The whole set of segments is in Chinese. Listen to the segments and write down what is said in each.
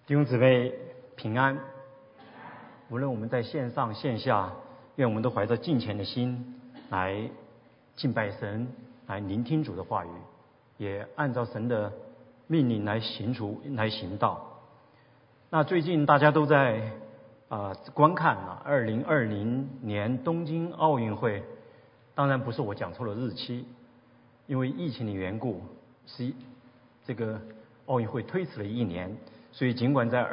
弟兄姊妹平安，无论我们在线上线下，愿我们都怀着敬虔的心来敬拜神，来聆听主的话语，也按照神的命令来行道。那最近大家都在观看2020年东京奥运会，当然不是我讲错了日期，因为疫情的缘故，这个奥运会推迟了1年。所以尽管在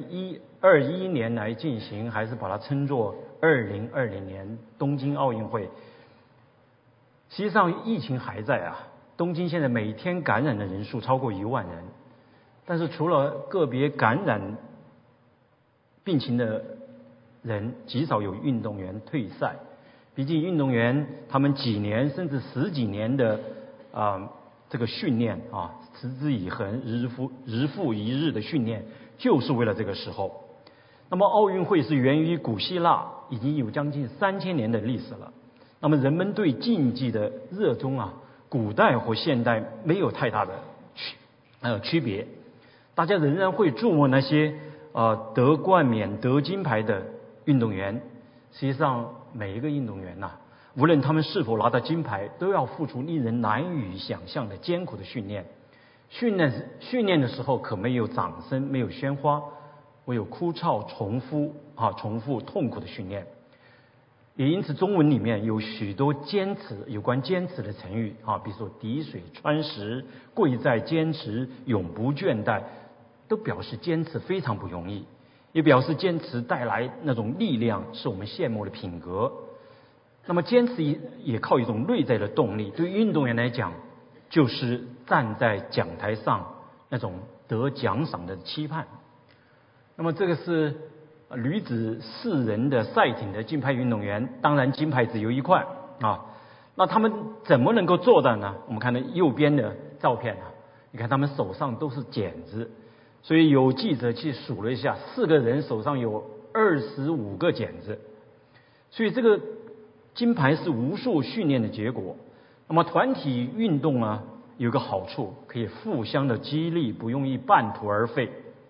2021年来进行，还是把它称作2020年东京奥运会。实际上疫情还在东京现在每天感染的人数超过1万人，但是除了个别感染病情的人，极少有运动员退赛。毕竟运动员他们几年甚至10几年的这个训练持之以恒，日复一日的训练，就是为了这个时候。那么奥运会是源于古希腊，已经有将近3000年的历史了。那么人们对竞技的热衷古代和现代没有太大的区别，大家仍然会注目那些得冠冕得金牌的运动员。实际上每一个运动员无论他们是否拿到金牌，都要付出令人难以想象的艰苦的训练。训练的时候可没有掌声，没有鲜花，唯有枯燥重复痛苦的训练。也因此中文里面有许多有关坚持的成语比如说滴水穿石、贵在坚持、永不倦怠，都表示坚持非常不容易，也表示坚持带来那种力量，是我们羡慕的品格。那么坚持也靠一种内在的动力，对运动员来讲，就是站在讲台上那种得奖赏的期盼。那么这个是女子4人的赛艇的金牌运动员，当然金牌只有1块那他们怎么能够做到呢？我们看到右边的照片你看他们手上都是剪子，所以有记者去数了一下，4个人手上有25个剪子，所以这个金牌是无数训练的结果。那么团体运动有个好处，可以互相的激励，不容易半途而废。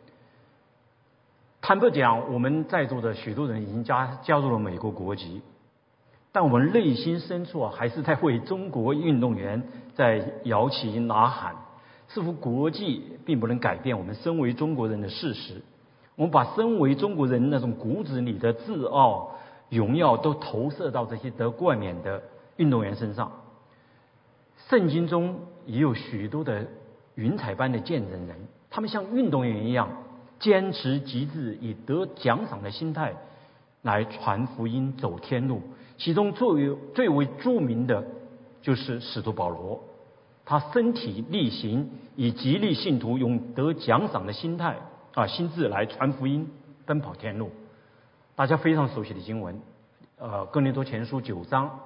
坦白讲，我们在座的许多人已经加入了美国国籍，但我们内心深处还是在为中国运动员在摇旗呐喊。似乎国际并不能改变我们身为中国人的事实。我们把身为中国人那种骨子里的自傲、荣耀都投射到这些得冠冕的运动员身上。圣经中也有许多的云彩般的见证人，他们像运动员一样坚持极致，以得奖赏的心态来传福音、走天路。其中最为著名的就是使徒保罗，他身体力行，以激励信徒用得奖赏的心智来传福音、奔跑天路。大家非常熟悉的经文，哥林多前书9章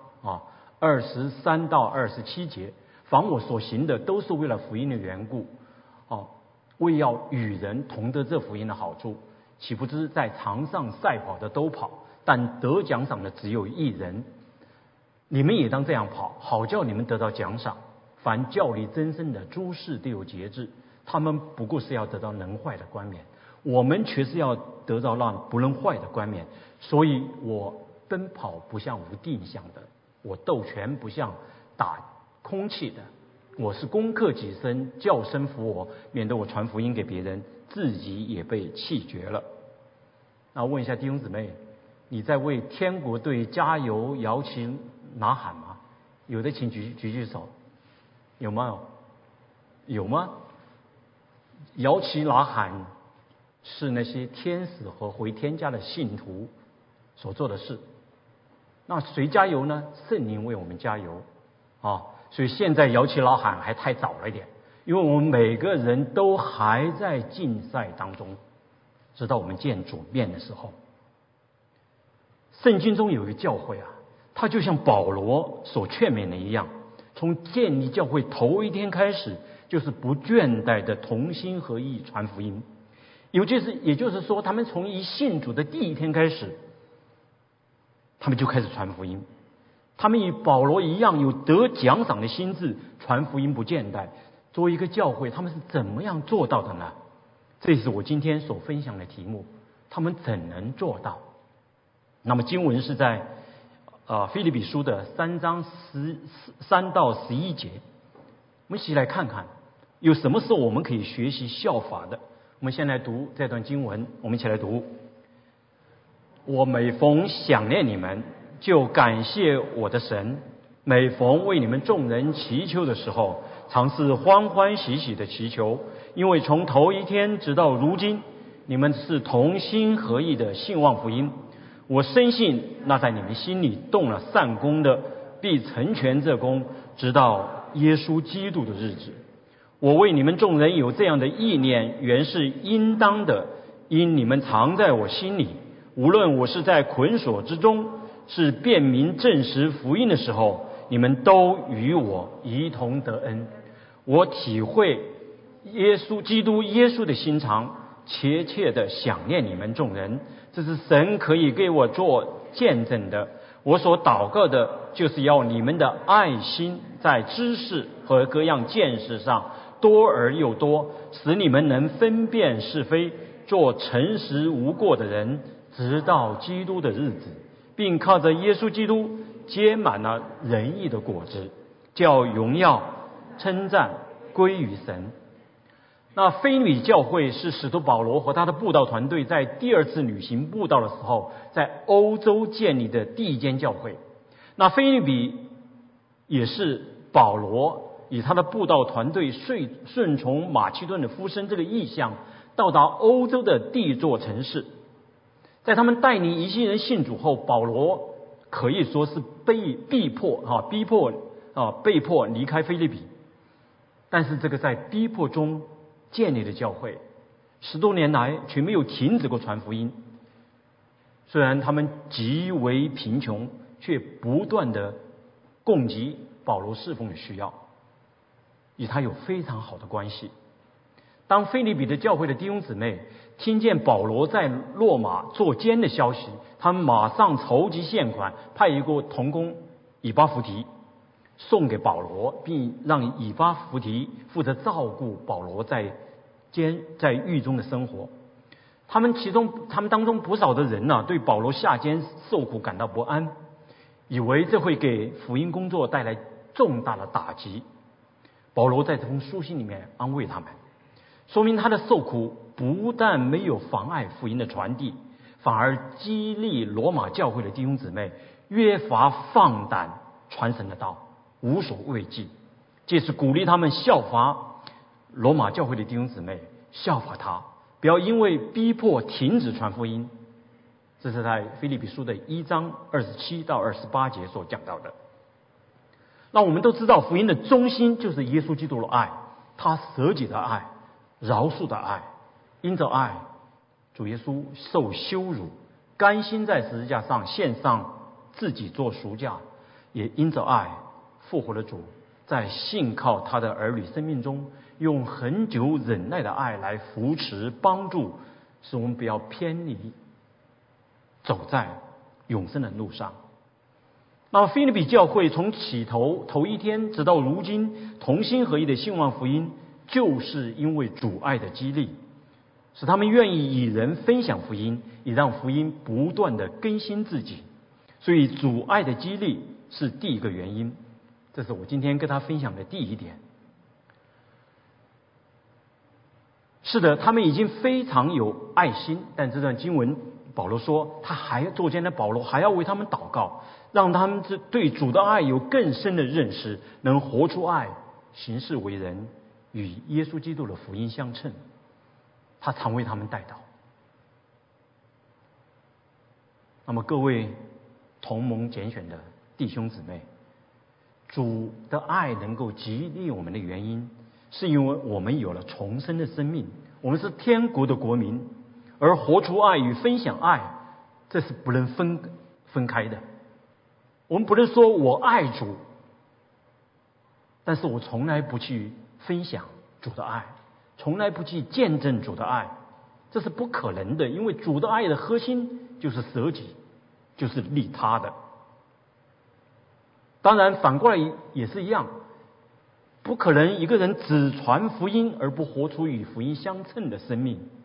23到27节，凡我所行的，都是为了福音的缘故为要与人同得这福音的好处。岂不知在场上赛跑的都跑，但得奖赏的只有1人。你们也当这样跑，好叫你们得到奖赏。凡教理增生的，诸事都有节制，他们不过是要得到能坏的冠冕，我们却是要得到那不能坏的冠冕。所以我奔跑不像无定向的，我斗拳不像打空气的，我是攻克己身，叫声服我，免得我传福音给别人，自己也被弃绝了。那问一下弟兄姊妹，你在为天国队加油摇旗呐喊吗？有的请举手。有吗？有吗？摇旗呐喊是那些天使和回天家的信徒所做的事。那谁加油呢？圣灵为我们加油所以现在摇旗呐喊还太早了一点，因为我们每个人都还在竞赛当中，直到我们见主面的时候。圣经中有一个教会它就像保罗所劝勉的一样，从建立教会头一天开始，就是不倦怠的同心合意传福音。也就是说，他们从一信主的第一天开始，他们就开始传福音。他们与保罗一样，有得奖赏的心智，传福音不间断。作为一个教会，他们是怎么样做到的呢？ 这是我今天所分享的题目，他们怎能做到？那么经文是在腓立比书的3章13到11节，我们一起来看看有什么是我们可以学习效法的。我们先来读这段经文，我们一起来读。我每逢想念你们，就感谢我的神，每逢为你们众人祈求的时候，常是欢欢喜喜的祈求，因为从头一天直到如今，你们是同心合意的信望福音。我深信那在你们心里动了善功的，必成全这功，直到耶稣基督的日子。我为你们众人有这样的意念，原是应当的，因你们藏在我心里，无论我是在捆锁之中，是辨明证实福音的时候，你们都与我一同得恩。我体会基督耶稣的心肠，切切的想念你们众人，这是神可以给我做见证的。我所祷告的，就是要你们的爱心在知识和各样见识上多而又多，使你们能分辨是非，做诚实无过的人，直到基督的日子，并靠着耶稣基督结满了仁义的果子，叫荣耀称赞归于神。那腓立比教会是使徒保罗和他的布道团队在第二次旅行布道的时候，在欧洲建立的第一间教会。那腓立比也是保罗以他的布道团队顺从马其顿的夫生这个意向，到达欧洲的第一座城市。在他们带领一些人信主后，保罗可以说是被迫离开腓立比。但是这个在逼迫中建立的教会，10多年来却没有停止过传福音。虽然他们极为贫穷，却不断的供给保罗侍奉的需要，与他有非常好的关系。当腓立比的教会的弟兄姊妹听见保罗在罗马做监的消息，他们马上筹集献款，派一个同工以巴弗提送给保罗，并让以巴弗提负责照顾保罗在狱中的生活。他们当中不少的人对保罗下监受苦感到不安，以为这会给福音工作带来重大的打击。保罗在这封书信里面安慰他们，说明他的受苦不但没有妨碍福音的传递，反而激励罗马教会的弟兄姊妹越发放胆传神的道，无所畏惧，借此鼓励他们效法罗马教会的弟兄姊妹，效法他，不要因为逼迫停止传福音。这是在腓立比书的1章27到28节所讲到的。那我们都知道，福音的中心就是耶稣基督的爱，他舍己的爱，饶恕的爱。因着爱，主耶稣受羞辱，甘心在十字架上献上自己做赎价，也因着爱复活的主，在信靠他的儿女生命中，用恒久忍耐的爱来扶持帮助，使我们不要偏离，走在永生的路上。那么腓立比教会从起头一天直到如今同心合意的信望福音，就是因为主爱的激励，使他们愿意与人分享福音，也让福音不断的更新自己。所以主爱的激励是第一个原因，这是我今天跟他分享的第一点。是的，他们已经非常有爱心，但这段经文保罗说，作监的保罗还要为他们祷告，让他们对主的爱有更深的认识，能活出爱，行事为人，与耶稣基督的福音相称。他常为他们代祷。那么各位同盟拣选的弟兄姊妹，主的爱能够激励我们的原因，是因为我们有了重生的生命，我们是天国的国民，而活出爱与分享爱，这是不能分开的。我们不能说我爱主，但是我从来不去分享主的爱，从来不去见证主的爱，这是不可能的。因为主的爱的核心就是舍己，就是利他的。当然反过来也是一样，不可能一个人只传福音而不活出与福音相称的生命。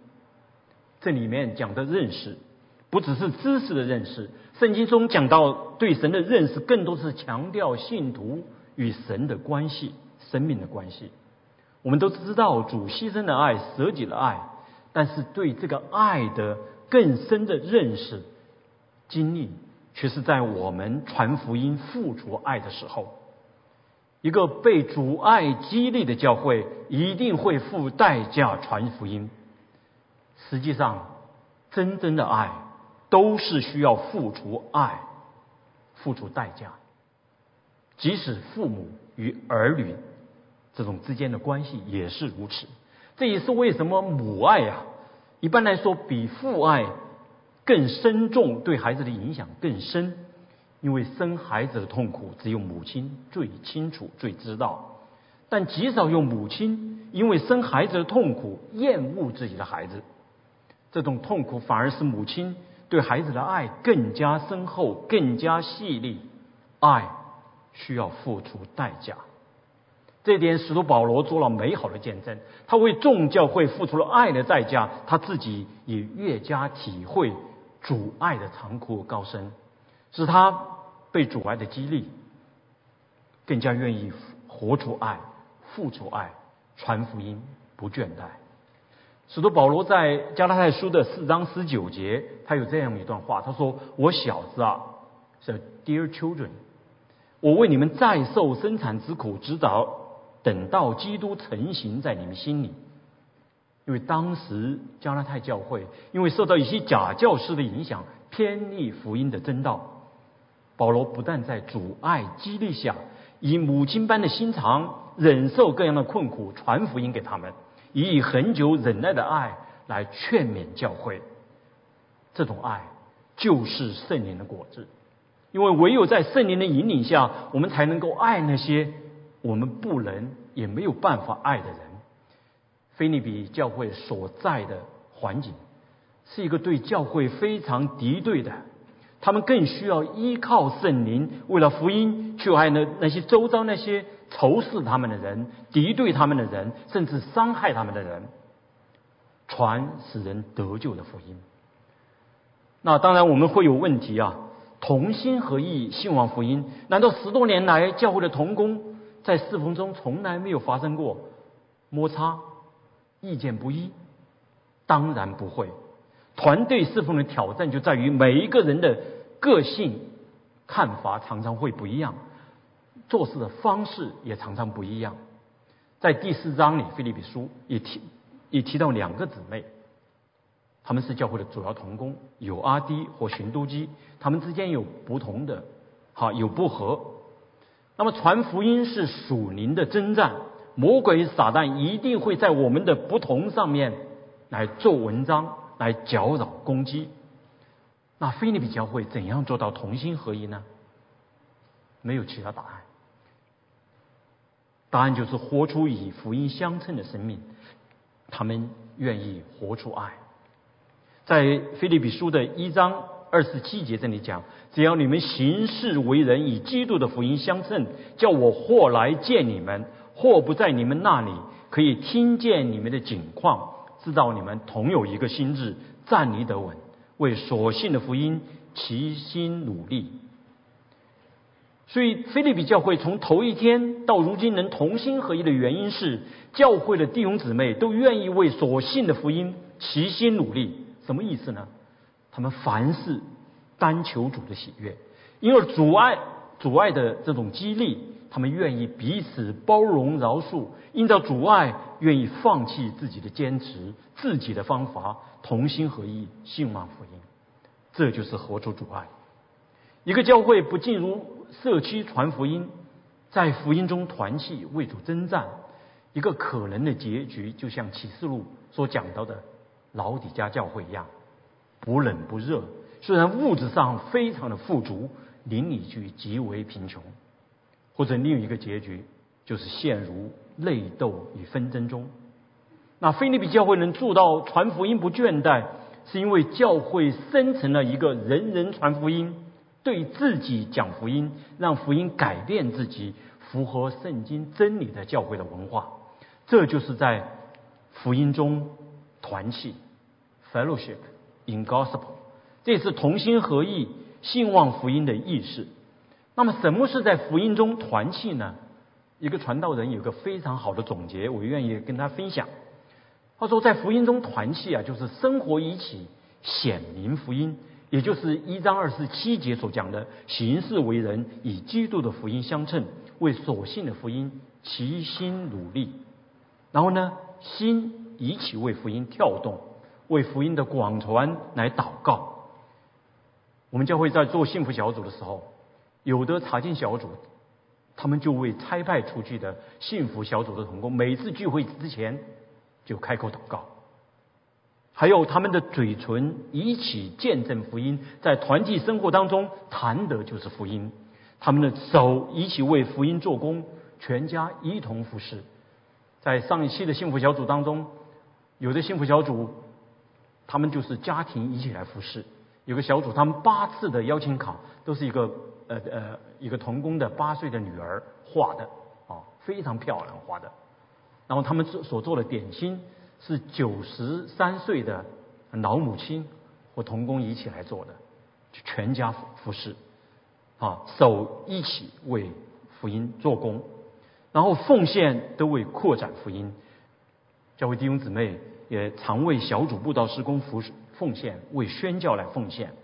这里面讲的认识，不只是知识的认识，圣经中讲到对神的认识，更多是强调信徒与神的关系、生命的关系。我们都知道主牺牲的爱、舍己的爱，但是对这个爱的更深的认识、经历，却是在我们传福音、付出爱的时候。一个被主爱激励的教会，一定会付代价传福音。实际上，真正的爱都是需要付出爱、付出代价。即使父母与儿女这种之间的关系也是如此。这也是为什么母爱一般来说比父爱更深重，对孩子的影响更深。因为生孩子的痛苦只有母亲最清楚、最知道，但极少有母亲因为生孩子的痛苦厌恶自己的孩子。这种痛苦反而是母亲对孩子的爱更加深厚、更加细腻。爱需要付出代价，这点使徒保罗做了美好的见证。他为众教会付出了爱的代价，他自己也越加体会主爱的长阔高深，使他被主爱的激励，更加愿意活出爱、付出爱、传福音，不倦怠。使徒保罗在加拉太书的4章19节，他有这样一段话，他说：“我小子是 Dear children， 我为你们再受生产之苦，直到等到基督成形在你们心里。”因为当时加拉太教会因为受到一些假教师的影响，偏离福音的真道。保罗不但在主爱激励下，以母亲般的心肠忍受各样的困苦，传福音给他们，以恒久忍耐的爱来劝勉教会。这种爱就是圣灵的果子，因为唯有在圣灵的引领下，我们才能够爱那些我们不能也没有办法爱的人。腓立比教会所在的环境是一个对教会非常敌对的，他们更需要依靠圣灵，为了福音去爱那些周遭那些仇视他们的人、敌对他们的人，甚至伤害他们的人，传使人得救的福音。那当然我们会有问题同心合意信望福音，难道10多年来教会的同工在侍奉中从来没有发生过摩擦、意见不一？当然不会。团队侍奉的挑战就在于每一个人的个性、看法常常会不一样，做事的方式也常常不一样。在第4章里，腓立比书也提到2个姊妹，他们是教会的主要同工，有阿滴或寻都基，他们之间有不同的有不和。那么传福音是属灵的征战，魔鬼撒旦一定会在我们的不同上面来做文章，来搅扰攻击。那腓立比教会怎样做到同心合一呢？没有其他答案，答案就是活出与福音相称的生命。他们愿意活出爱。在腓立比书的1章27节这里讲，只要你们行事为人以基督的福音相称，叫我或来见你们，或不在你们那里，可以听见你们的景况，知道你们同有一个心志，站立得稳，为所信的福音齐心努力。所以腓立比教会从头一天到如今能同心合一的原因是，教会的弟兄姊妹都愿意为所信的福音齐心努力。什么意思呢？他们凡事单求主的喜悦，因而主爱的这种激励，他们愿意彼此包容饶恕，因着主爱愿意放弃自己的坚持、自己的方法，同心合一信望福音。这就是活出主爱。一个教会不进入社区传福音，在福音中团契为主征战，一个可能的结局就像启示录所讲到的老底嘉教会一样，不冷不热，虽然物质上非常的富足，邻里却极为贫穷。或者另一个结局就是陷入内斗与纷争中。那腓立比教会能做到传福音不倦怠，是因为教会生成了一个人人传福音、对自己讲福音、让福音改变自己、符合圣经真理的教会的文化。这就是在福音中团契、 fellowship in gospel， 这是同心合意兴旺福音的意识。那么什么是在福音中团契呢？一个传道人有个非常好的总结，我愿意跟他分享。他说，在福音中团契就是生活一起显明福音，也就是1章27节所讲的行事为人以基督的福音相称，为所信的福音齐心努力。然后呢，心一起为福音跳动，为福音的广传来祷告。我们教会在做幸福小组的时候，有的查经小组他们就为差派出去的幸福小组的同工，每次聚会之前就开口祷告。还有他们的嘴唇一起见证福音，在团体生活当中谈的就是福音。他们的手一起为福音做工，全家一同服侍。在上一期的幸福小组当中，有的幸福小组他们就是家庭一起来服侍，有个小组他们8次的邀请卡都是一个同工的8岁的女儿画的非常漂亮画的。然后他们所做的点心是93岁的老母亲或同工一起来做的，全家服侍手一起为福音做工，然后奉献都为扩展福音。教会弟兄姊妹也常为小组布道事工奉献，为宣教来奉献。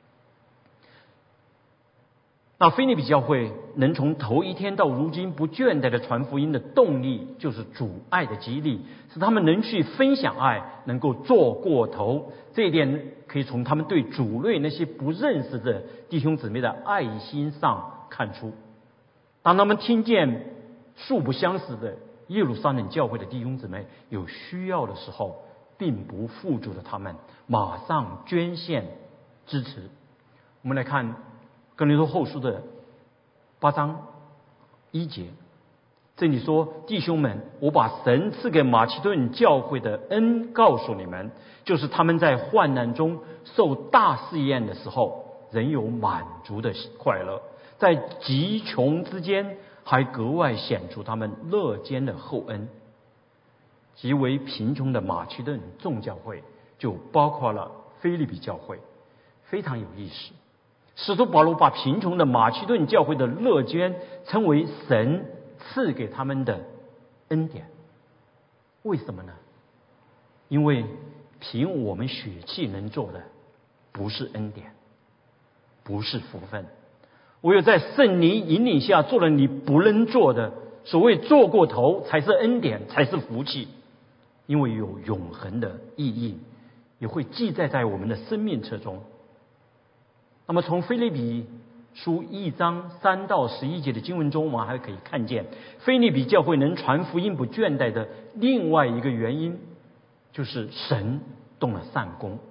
那腓立比教会能从头一天到如今不倦怠的传福音的动力，就是主爱的激励，使他们能去分享爱，能够做过头。这一点可以从他们对主内那些不认识的弟兄姊妹的爱心上看出。当他们听见素不相识的耶路撒冷教会的弟兄姊妹有需要的时候，并不负主的他们马上捐献支持。我们来看哥林多后书的8章1节，这里说：弟兄们，我把神赐给马其顿教会的恩告诉你们，就是他们在患难中受大试验的时候，仍有满足的快乐，在极穷之间还格外显出他们乐捐的厚恩。极为贫穷的马其顿众教会就包括了腓立比教会，非常有意思。使徒保罗把贫穷的马其顿教会的乐捐称为神赐给他们的恩典。为什么呢？因为凭我们血气能做的不是恩典，不是福分，唯有在圣灵引领下做了你不能做的，所谓做过头才是恩典，才是福气。因为有永恒的意义，也会记载在我们的生命册中。那么从腓立比书1章3到11节的经文中，我们还可以看见腓立比教会能传福音不倦怠的另外一个原因，就是神动了善工。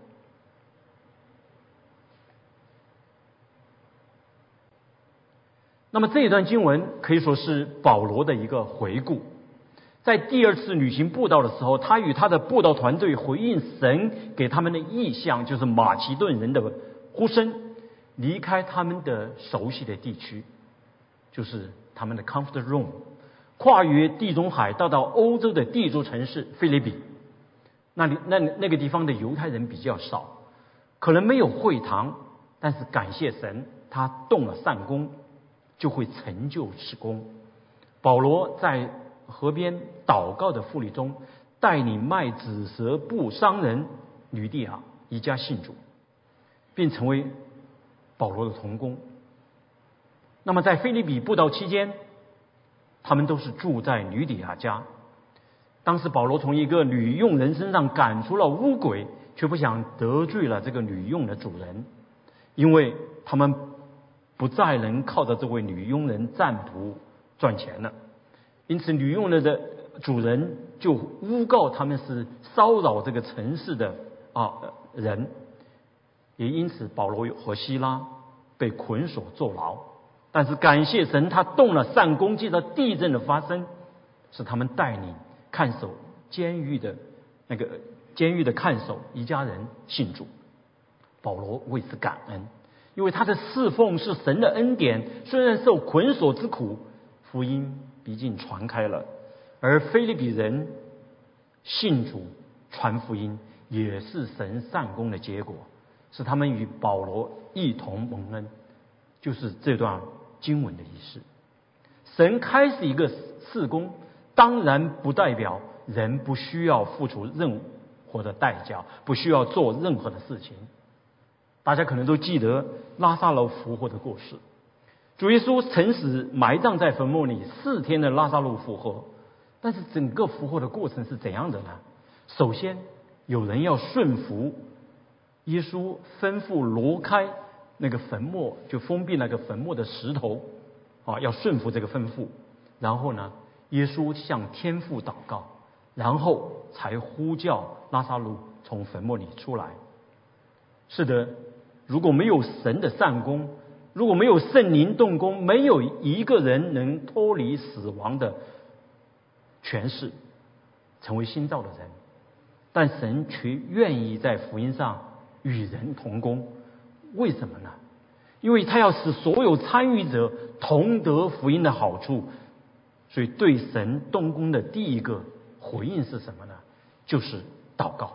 那么这一段经文可以说是保罗的一个回顾。在第2次旅行布道的时候，他与他的布道团队回应神给他们的意象，就是马其顿人的呼声，离开他们的熟悉的地区，就是他们的 comfort zone， 跨越地中海到欧洲的地州城市腓立比。那个地方的犹太人比较少，可能没有会堂，但是感谢神，他动了善工，就会成就此功。保罗在河边祷告的妇女中，带领卖紫蛇布商人吕底亚一家信主，并成为保罗的同工。那么在腓立比布道期间，他们都是住在吕底亚家。当时保罗从一个女佣人身上赶出了污鬼，却不想得罪了这个女佣的主人，因为他们不再能靠着这位女佣人占卜赚钱了。因此女佣人的主人就诬告他们是骚扰这个城市的人，也因此保罗和希拉被捆锁坐牢。但是感谢神，他动了善工，借着地震的发生，使他们带领看守监狱的看守一家人信主。保罗为此感恩，因为他的侍奉是神的恩典，虽然受捆锁之苦，福音毕竟传开了。而腓立比人信主传福音， 也是神善功的结果，是他们与保罗一同蒙恩，就是这段经文的意思。神开始一个事工，当然不代表人不需要付出任何的代价，不需要做任何的事情。大家可能都记得拉撒路复活的故事，主耶稣曾使埋葬在坟墓里4天的拉撒路复活，但是整个复活的过程是怎样的呢？首先有人要顺服耶稣吩咐挪开那个坟墓，就封闭那个坟墓的石头要顺服这个吩咐。然后呢，耶稣向天父祷告，然后才呼叫拉撒路从坟墓里出来。是的，如果没有神的善功，如果没有圣灵动工，没有一个人能脱离死亡的权势，成为新造的人。但神却愿意在福音上与人同工，为什么呢？因为他要使所有参与者同得福音的好处。所以对神动工的第一个回应是什么呢？就是祷告。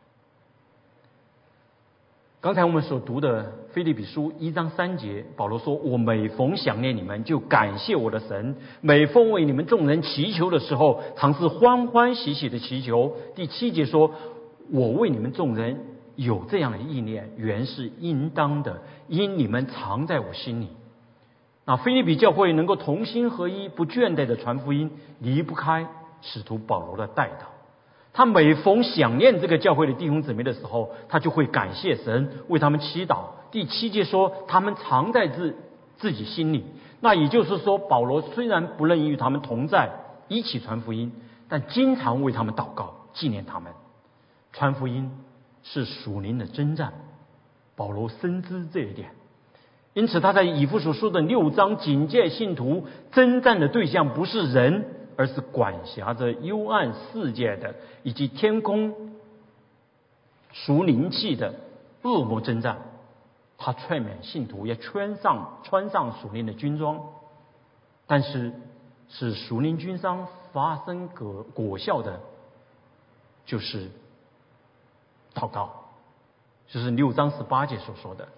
刚才我们所读的腓立比书1章3节，保罗说：我每逢想念你们，就感谢我的神；每逢为你们众人祈求的时候，常是欢欢喜喜的祈求。第7节说：我为你们众人有这样的意念，原是应当的，因你们常在我心里。那腓立比教会能够同心合一，不倦怠的传福音，离不开使徒保罗的代祷。他每逢想念这个教会的弟兄姊妹的时候，他就会感谢神，为他们祈祷。第7节说，他们常在自己心里。那也就是说，保罗虽然不愿意与他们同在，一起传福音，但经常为他们祷告，纪念他们。传福音是属灵的征战，保罗深知这一点。因此他在以弗所书的6章警戒信徒，征战的对象不是人，而是管辖着幽暗世界的以及天空属灵气的恶魔征战。他劝勉信徒也穿上属灵的军装，但是使属灵军装发生果效的，就是祷告，就是6章18节所说的。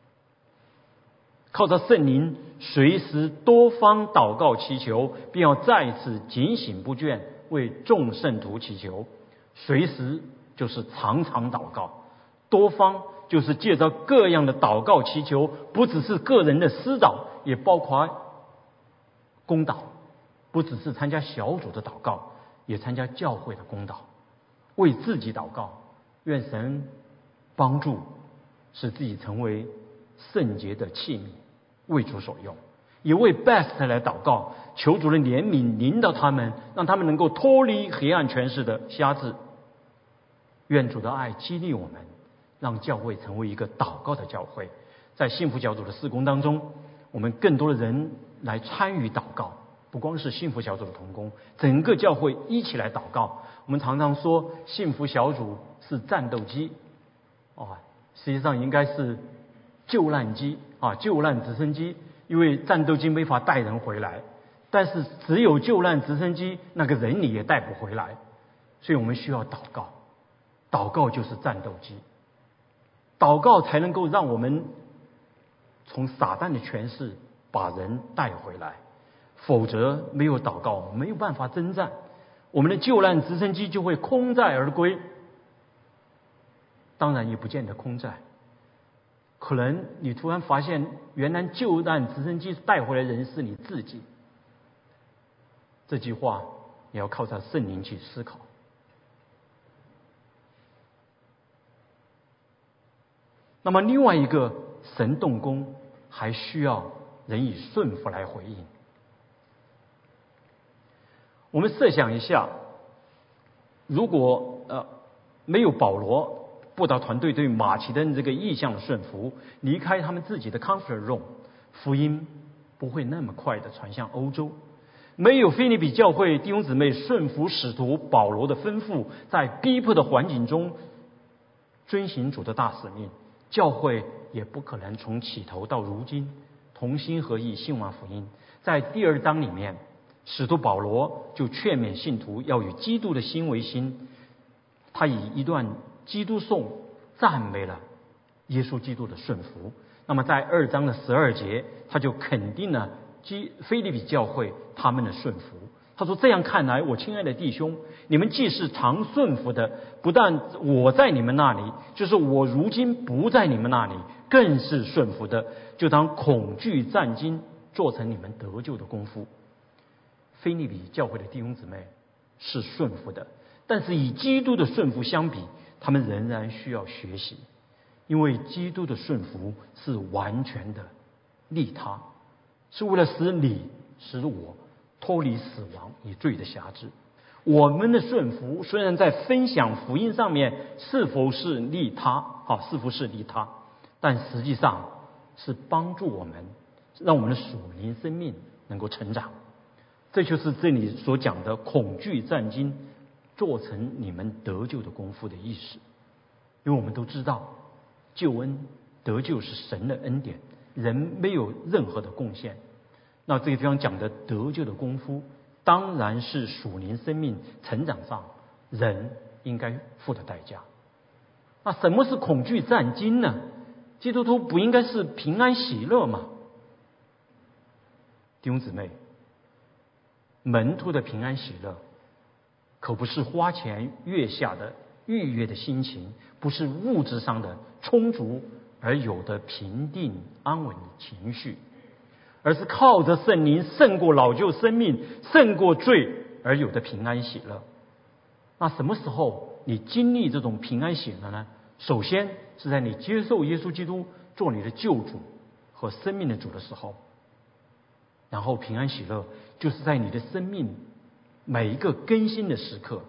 靠着圣灵，随时多方祷告祈求，并要在此警醒不倦，为众圣徒祈求。随时就是常常祷告，多方就是借着各样的祷告祈求，不只是个人的私祷，也包括公祷，不只是参加小组的祷告，也参加教会的公祷。为自己祷告，愿神帮助，使自己成为圣洁的器皿，为主所用。也为 Best 来祷告，求主的怜悯临到他们，让他们能够脱离黑暗权势的辖制。愿主的爱激励我们，让教会成为一个祷告的教会。在幸福小组的事工当中，我们更多的人来参与祷告，不光是幸福小组的同工，整个教会一起来祷告。我们常常说幸福小组是战斗机实际上应该是救难机救难直升机，因为战斗机没法带人回来，但是只有救难直升机，那个人你也带不回来，所以我们需要祷告。祷告就是战斗机，祷告才能够让我们从撒旦的权势把人带回来，否则没有祷告没有办法征战，我们的救难直升机就会空载而归。当然也不见得空载，可能你突然发现原来救难直升机带回来的人是你自己。这句话也要靠着圣灵去思考。那么另外一个神动工还需要人以顺服来回应。我们设想一下，如果没有保罗布道团队对马其顿这个意向的顺服，离开他们自己的 comfort zone， 福音不会那么快的传向欧洲。没有腓立比教会弟兄姊妹顺服使徒保罗的吩咐，在逼迫的环境中遵行主的大使命，教会也不可能从起头到如今同心合意信望福音。在第2章里面，使徒保罗就劝勉信徒要与基督的心为心。他以一段基督颂赞美了耶稣基督的顺服。那么在2章的12节，他就肯定了腓立比教会他们的顺服。他说：这样看来，我亲爱的弟兄，你们既是常顺服的，不但我在你们那里，就是我如今不在你们那里，更是顺服的，就当恐惧战惊，做成你们得救的功夫。腓立比教会的弟兄姊妹是顺服的，但是以基督的顺服相比，他们仍然需要学习，因为基督的顺服是完全的利他，是为了使我脱离死亡与罪的辖制。我们的顺服虽然在分享福音上面是否是利他，但实际上是帮助我们，让我们的属灵生命能够成长。这就是这里所讲的恐惧战惊，做成你们得救的功夫的意思。因为我们都知道，救恩得救是神的恩典，人没有任何的贡献。那这个地方讲的得救的功夫，当然是属灵生命成长上人应该付的代价。那什么是恐惧战惊呢？基督徒不应该是平安喜乐吗？弟兄姊妹，门徒的平安喜乐可不是花前月下的愉悦的心情，不是物质上的充足而有的平定安稳的情绪，而是靠着圣灵胜过老旧生命，胜过罪而有的平安喜乐。那什么时候你经历这种平安喜乐呢？首先是在你接受耶稣基督做你的救主和生命的主的时候，然后平安喜乐就是在你的生命每一个更新的时刻，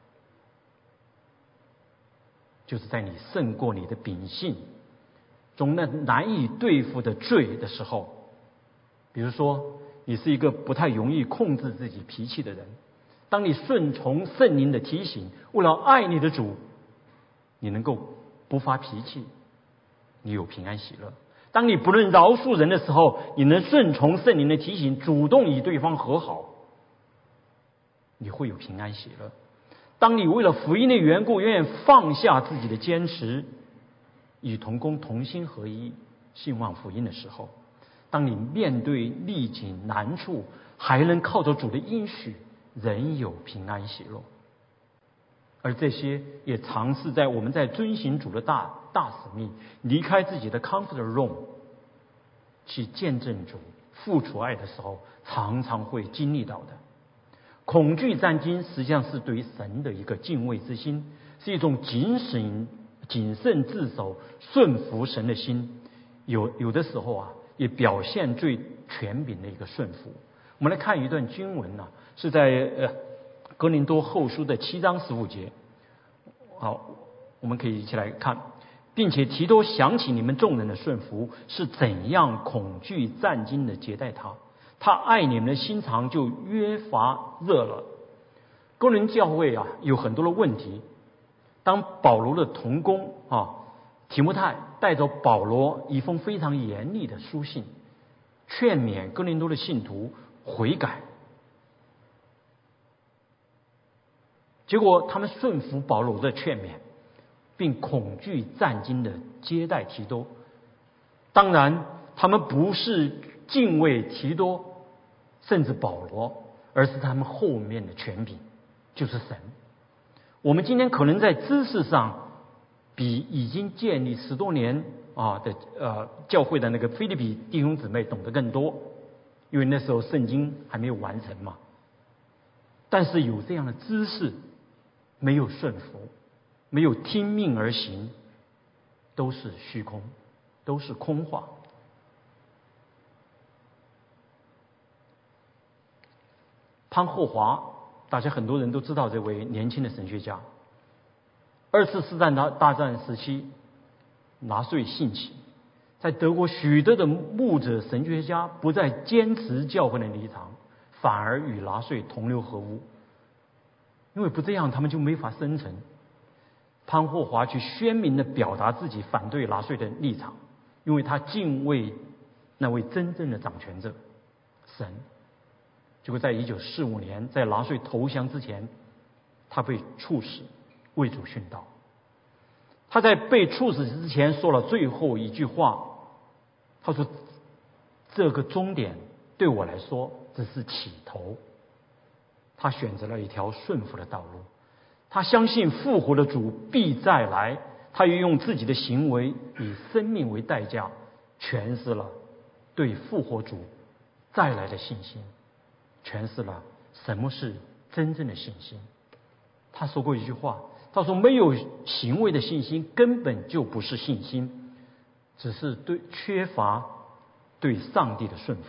就是在你胜过你的秉性中那难以对付的罪的时候。比如说你是一个不太容易控制自己脾气的人，当你顺从圣灵的提醒，为了爱你的主，你能够不发脾气，你有平安喜乐。当你不能饶恕人的时候，你能顺从圣灵的提醒，主动与对方和好，你会有平安喜乐。当你为了福音的缘故愿意放下自己的坚持，与同工同心合一兴旺福音的时候，当你面对逆境难处还能靠着主的应许，仍有平安喜乐。而这些也尝试在我们在遵行主的大使命，离开自己的 comfort zone 去见证主付出爱的时候，常常会经历到的。恐惧战惊实际上是对于神的一个敬畏之心，是一种谨慎自守顺服神的心。有的时候啊，也表现最权柄的一个顺服。我们来看一段经文啊，是在哥林多后书的7章15节。好，我们可以一起来看。并且提多想起你们众人的顺服是怎样恐惧战惊的接待他，他爱你们的心肠就越发热了。哥林教会啊，有很多的问题。当保罗的同工提摩太带着保罗一封非常严厉的书信，劝勉哥林多的信徒悔改，结果他们顺服保罗的劝勉，并恐惧战惊的接待提多。当然他们不是敬畏提多甚至保罗，而是他们后面的权柄，就是神。我们今天可能在知识上比已经建立10多年的教会的那个腓立比弟兄姊妹懂得更多，因为那时候圣经还没有完成嘛。但是有这样的知识，没有顺服，没有听命而行，都是虚空，都是空话。潘霍华，大家很多人都知道这位年轻的神学家。2次世界大战时期，纳粹兴起，在德国许多的牧者神学家不再坚持教会的立场，反而与纳粹同流合污，因为不这样他们就没法生存。潘霍华去鲜明地表达自己反对纳粹的立场，因为他敬畏那位真正的掌权者神。结果在1945年，在纳粹投降之前，他被处死，为主殉道。 他在被处死之前说了最后一句话，他说：“这个终点对我来说只是起头。”他选择了一条顺服的道路，他相信复活的主必再来，他又用自己的行为以生命为代价，诠释了对复活主再来的信心，诠释了什么是真正的信心。他说过一句话，他说：“没有行为的信心根本就不是信心，只是缺乏对上帝的顺服。”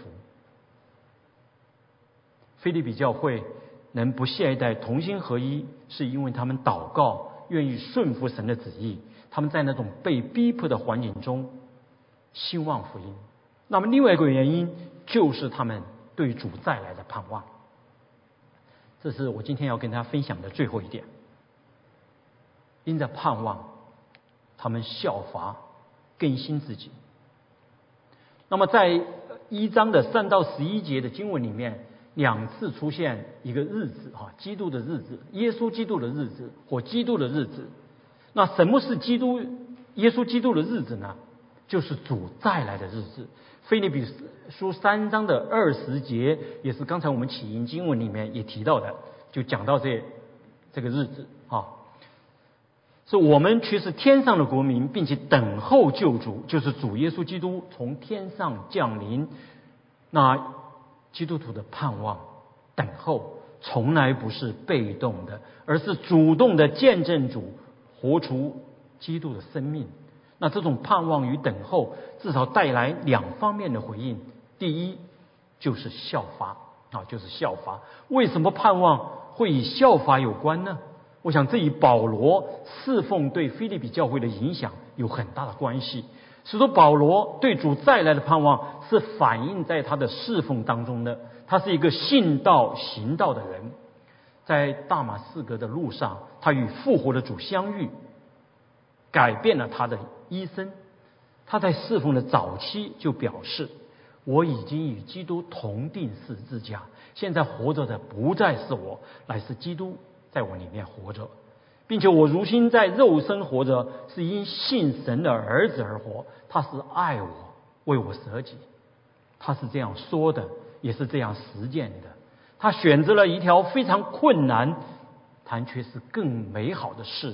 腓立比教会能不懈怠同心合一，是因为他们祷告愿意顺服神的旨意，他们在那种被逼迫的环境中兴旺福音。那么另外一个原因就是他们对主再来的盼望。这是我今天要跟大家分享的最后一点。因着盼望，他们效法更新自己。那么在1章的3到11节的经文里面，2次出现一个日子，基督的日子，耶稣基督的日子或基督的日子。那什么是耶稣基督的日子呢？就是主再来的日子。腓立比书3章的20节，也是刚才我们起因经文里面也提到的，就讲到这个日子啊。是我们却是天上的国民，并且等候救主，就是主耶稣基督从天上降临。那基督徒的盼望等候从来不是被动的，而是主动的见证主活出基督的生命。那这种盼望与等候至少带来2方面的回应。第一就是效法，就是效法。为什么盼望会与效法有关呢？我想这与保罗侍奉对腓立比教会的影响有很大的关系。使徒保罗对主再来的盼望是反映在他的侍奉当中的。他是一个信道行道的人，在大马士革的路上，他与复活的主相遇，改变了他的一生。他在侍奉的早期就表示：“我已经与基督同定十字架，现在活着的不再是我，乃是基督在我里面活着，并且我如今在肉身活着，是因信神的儿子而活。他是爱我，为我舍己。”他是这样说的，也是这样实践的。他选择了一条非常困难，但却是更美好的事，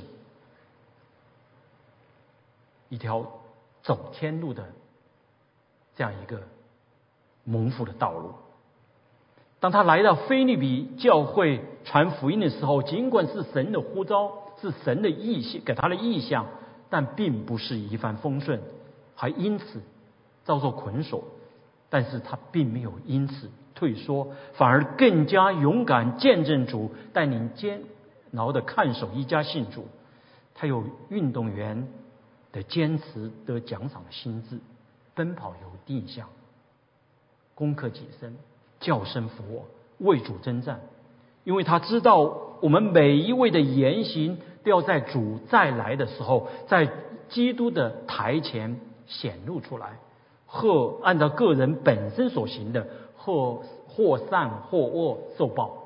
一条走天路的这样一个蒙福的道路。当他来到腓立比教会传福音的时候，尽管是神的呼召，是神的意向给他的意向，但并不是一帆风顺，还因此遭受捆锁。但是他并没有因此退缩，反而更加勇敢见证主，带领监牢的看守一家信主。他有运动员的坚持得奖赏的心智，奔跑有定向，攻克己身，叫声服我，为主征战。因为他知道我们每一位的言行都要在主再来的时候，在基督的台前显露出来，或按照个人本身所行的，或善或恶受报。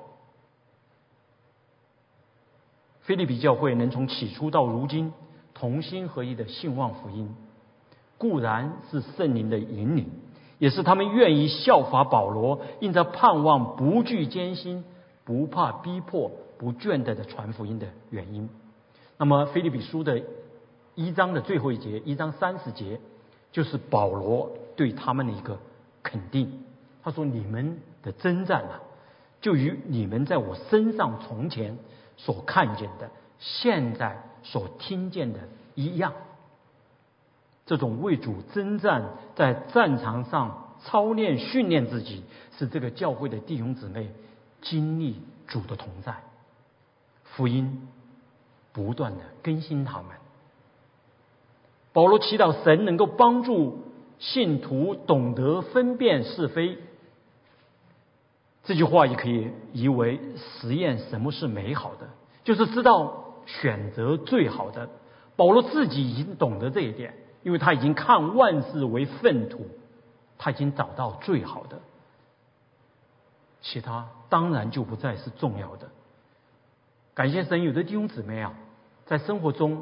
腓立比教会能从起初到如今同心合一的兴旺福音，固然是圣灵的引领，也是他们愿意效法保罗，因着盼望不惧艰辛，不怕逼迫，不倦怠的传福音的原因。那么腓立比书的1章的最后一节，1章30节，就是保罗对他们的一个肯定。他说：“你们的征战就与你们在我身上从前所看见的，现在所听见的一样。”这种为主征战，在战场上操练训练自己，使这个教会的弟兄姊妹经历主的同在，福音不断的更新他们。保罗祈祷神能够帮助信徒懂得分辨是非。这句话也可以译为实验什么是美好的，就是知道选择最好的。保罗自己已经懂得这一点，因为他已经看万事为粪土，他已经找到最好的，其他当然就不再是重要的。感谢神，有的弟兄姊妹在生活中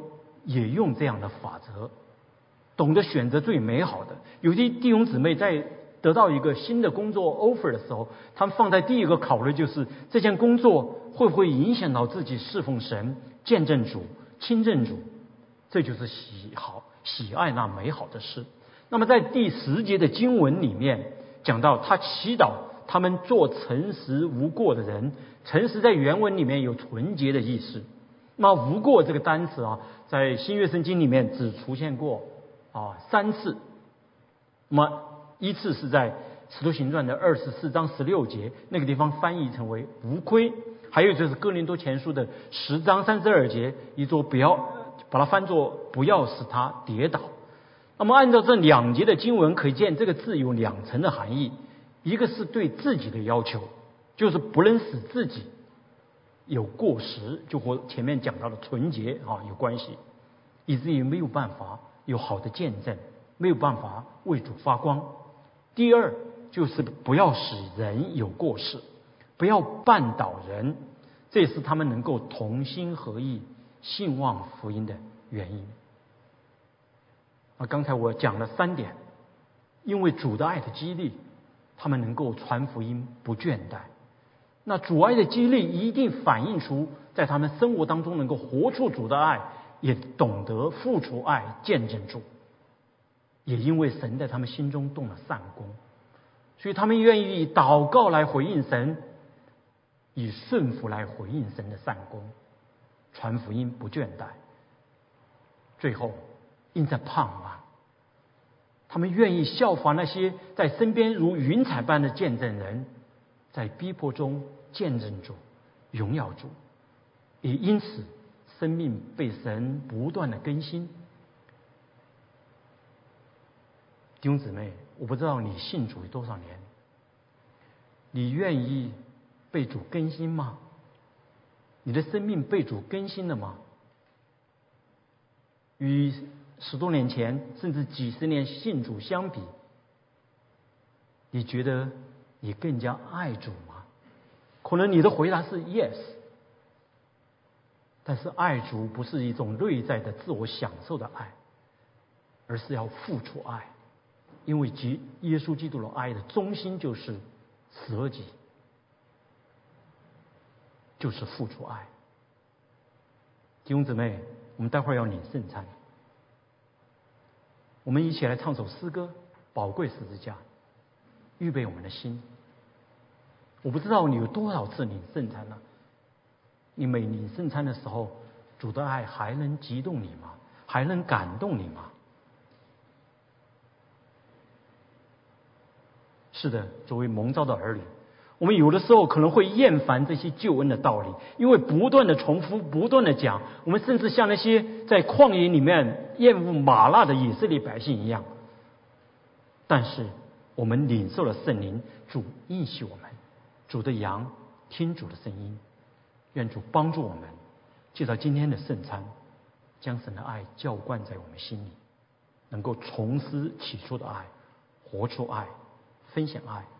也用这样的法则，懂得选择最美好的。有些弟兄姊妹在得到一个新的工作 offer 的时候，他们放在第一个考虑就是这件工作会不会影响到自己侍奉神、见证主、亲近主，这就是喜爱那美好的事。那么在第10节的经文里面讲到，他祈祷他们做诚实无过的人。诚实在原文里面有纯洁的意思。那无过这个单词在新约圣经里面只出现过3次。那么一次是在使徒行传的24章16节，那个地方翻译成为无亏。还有就是哥林多前书的10章32节，把它翻作不要使他跌倒。那么按照这2节的经文可见，这个字有2层的含义。一个是对自己的要求，就是不能使自己有过失，就和前面讲到的纯洁有关系，以至于没有办法有好的见证，没有办法为主发光。第二就是不要使人有过失，不要绊倒人，这也是他们能够同心合意信望福音的原因。刚才我讲了3点，因为主的爱的激励，他们能够传福音不倦怠。那主爱的激励一定反映出在他们生活当中能够活出主的爱，也懂得付出爱，见证主。也因为神在他们心中动了善功，所以他们愿意以祷告来回应神，以顺服来回应神的善功，传福音不倦怠。最后因着盼望，他们愿意效法那些在身边如云彩般的见证人，在逼迫中见证主，荣耀主，也因此生命被神不断的更新。弟兄姊妹，我不知道你信主多少年，你愿意被主更新吗？你的生命被主更新了吗？与10多年前甚至几十年信主相比，你觉得你更加爱主吗？可能你的回答是 yes， 但是爱主不是一种内在的自我享受的爱，而是要付出爱。因为耶稣基督的爱的中心就是舍己，就是付出爱。弟兄姊妹，我们待会儿要领圣餐，我们一起来唱首诗歌，宝贵十字架，预备我们的心。我不知道你有多少次领圣餐了，你每领圣餐的时候，主的爱还能激动你吗？还能感动你吗？是的，作为蒙召的儿女，我们有的时候可能会厌烦这些救恩的道理，因为不断的重复，不断的讲，我们甚至像那些在旷野里面厌恶麻辣的以色列百姓一样。但是我们领受了圣灵，主应许我们，主的羊听主的声音。愿主帮助我们，借着今天的圣餐，将神的爱浇灌在我们心里，能够重施起初的爱，活出爱，分享爱，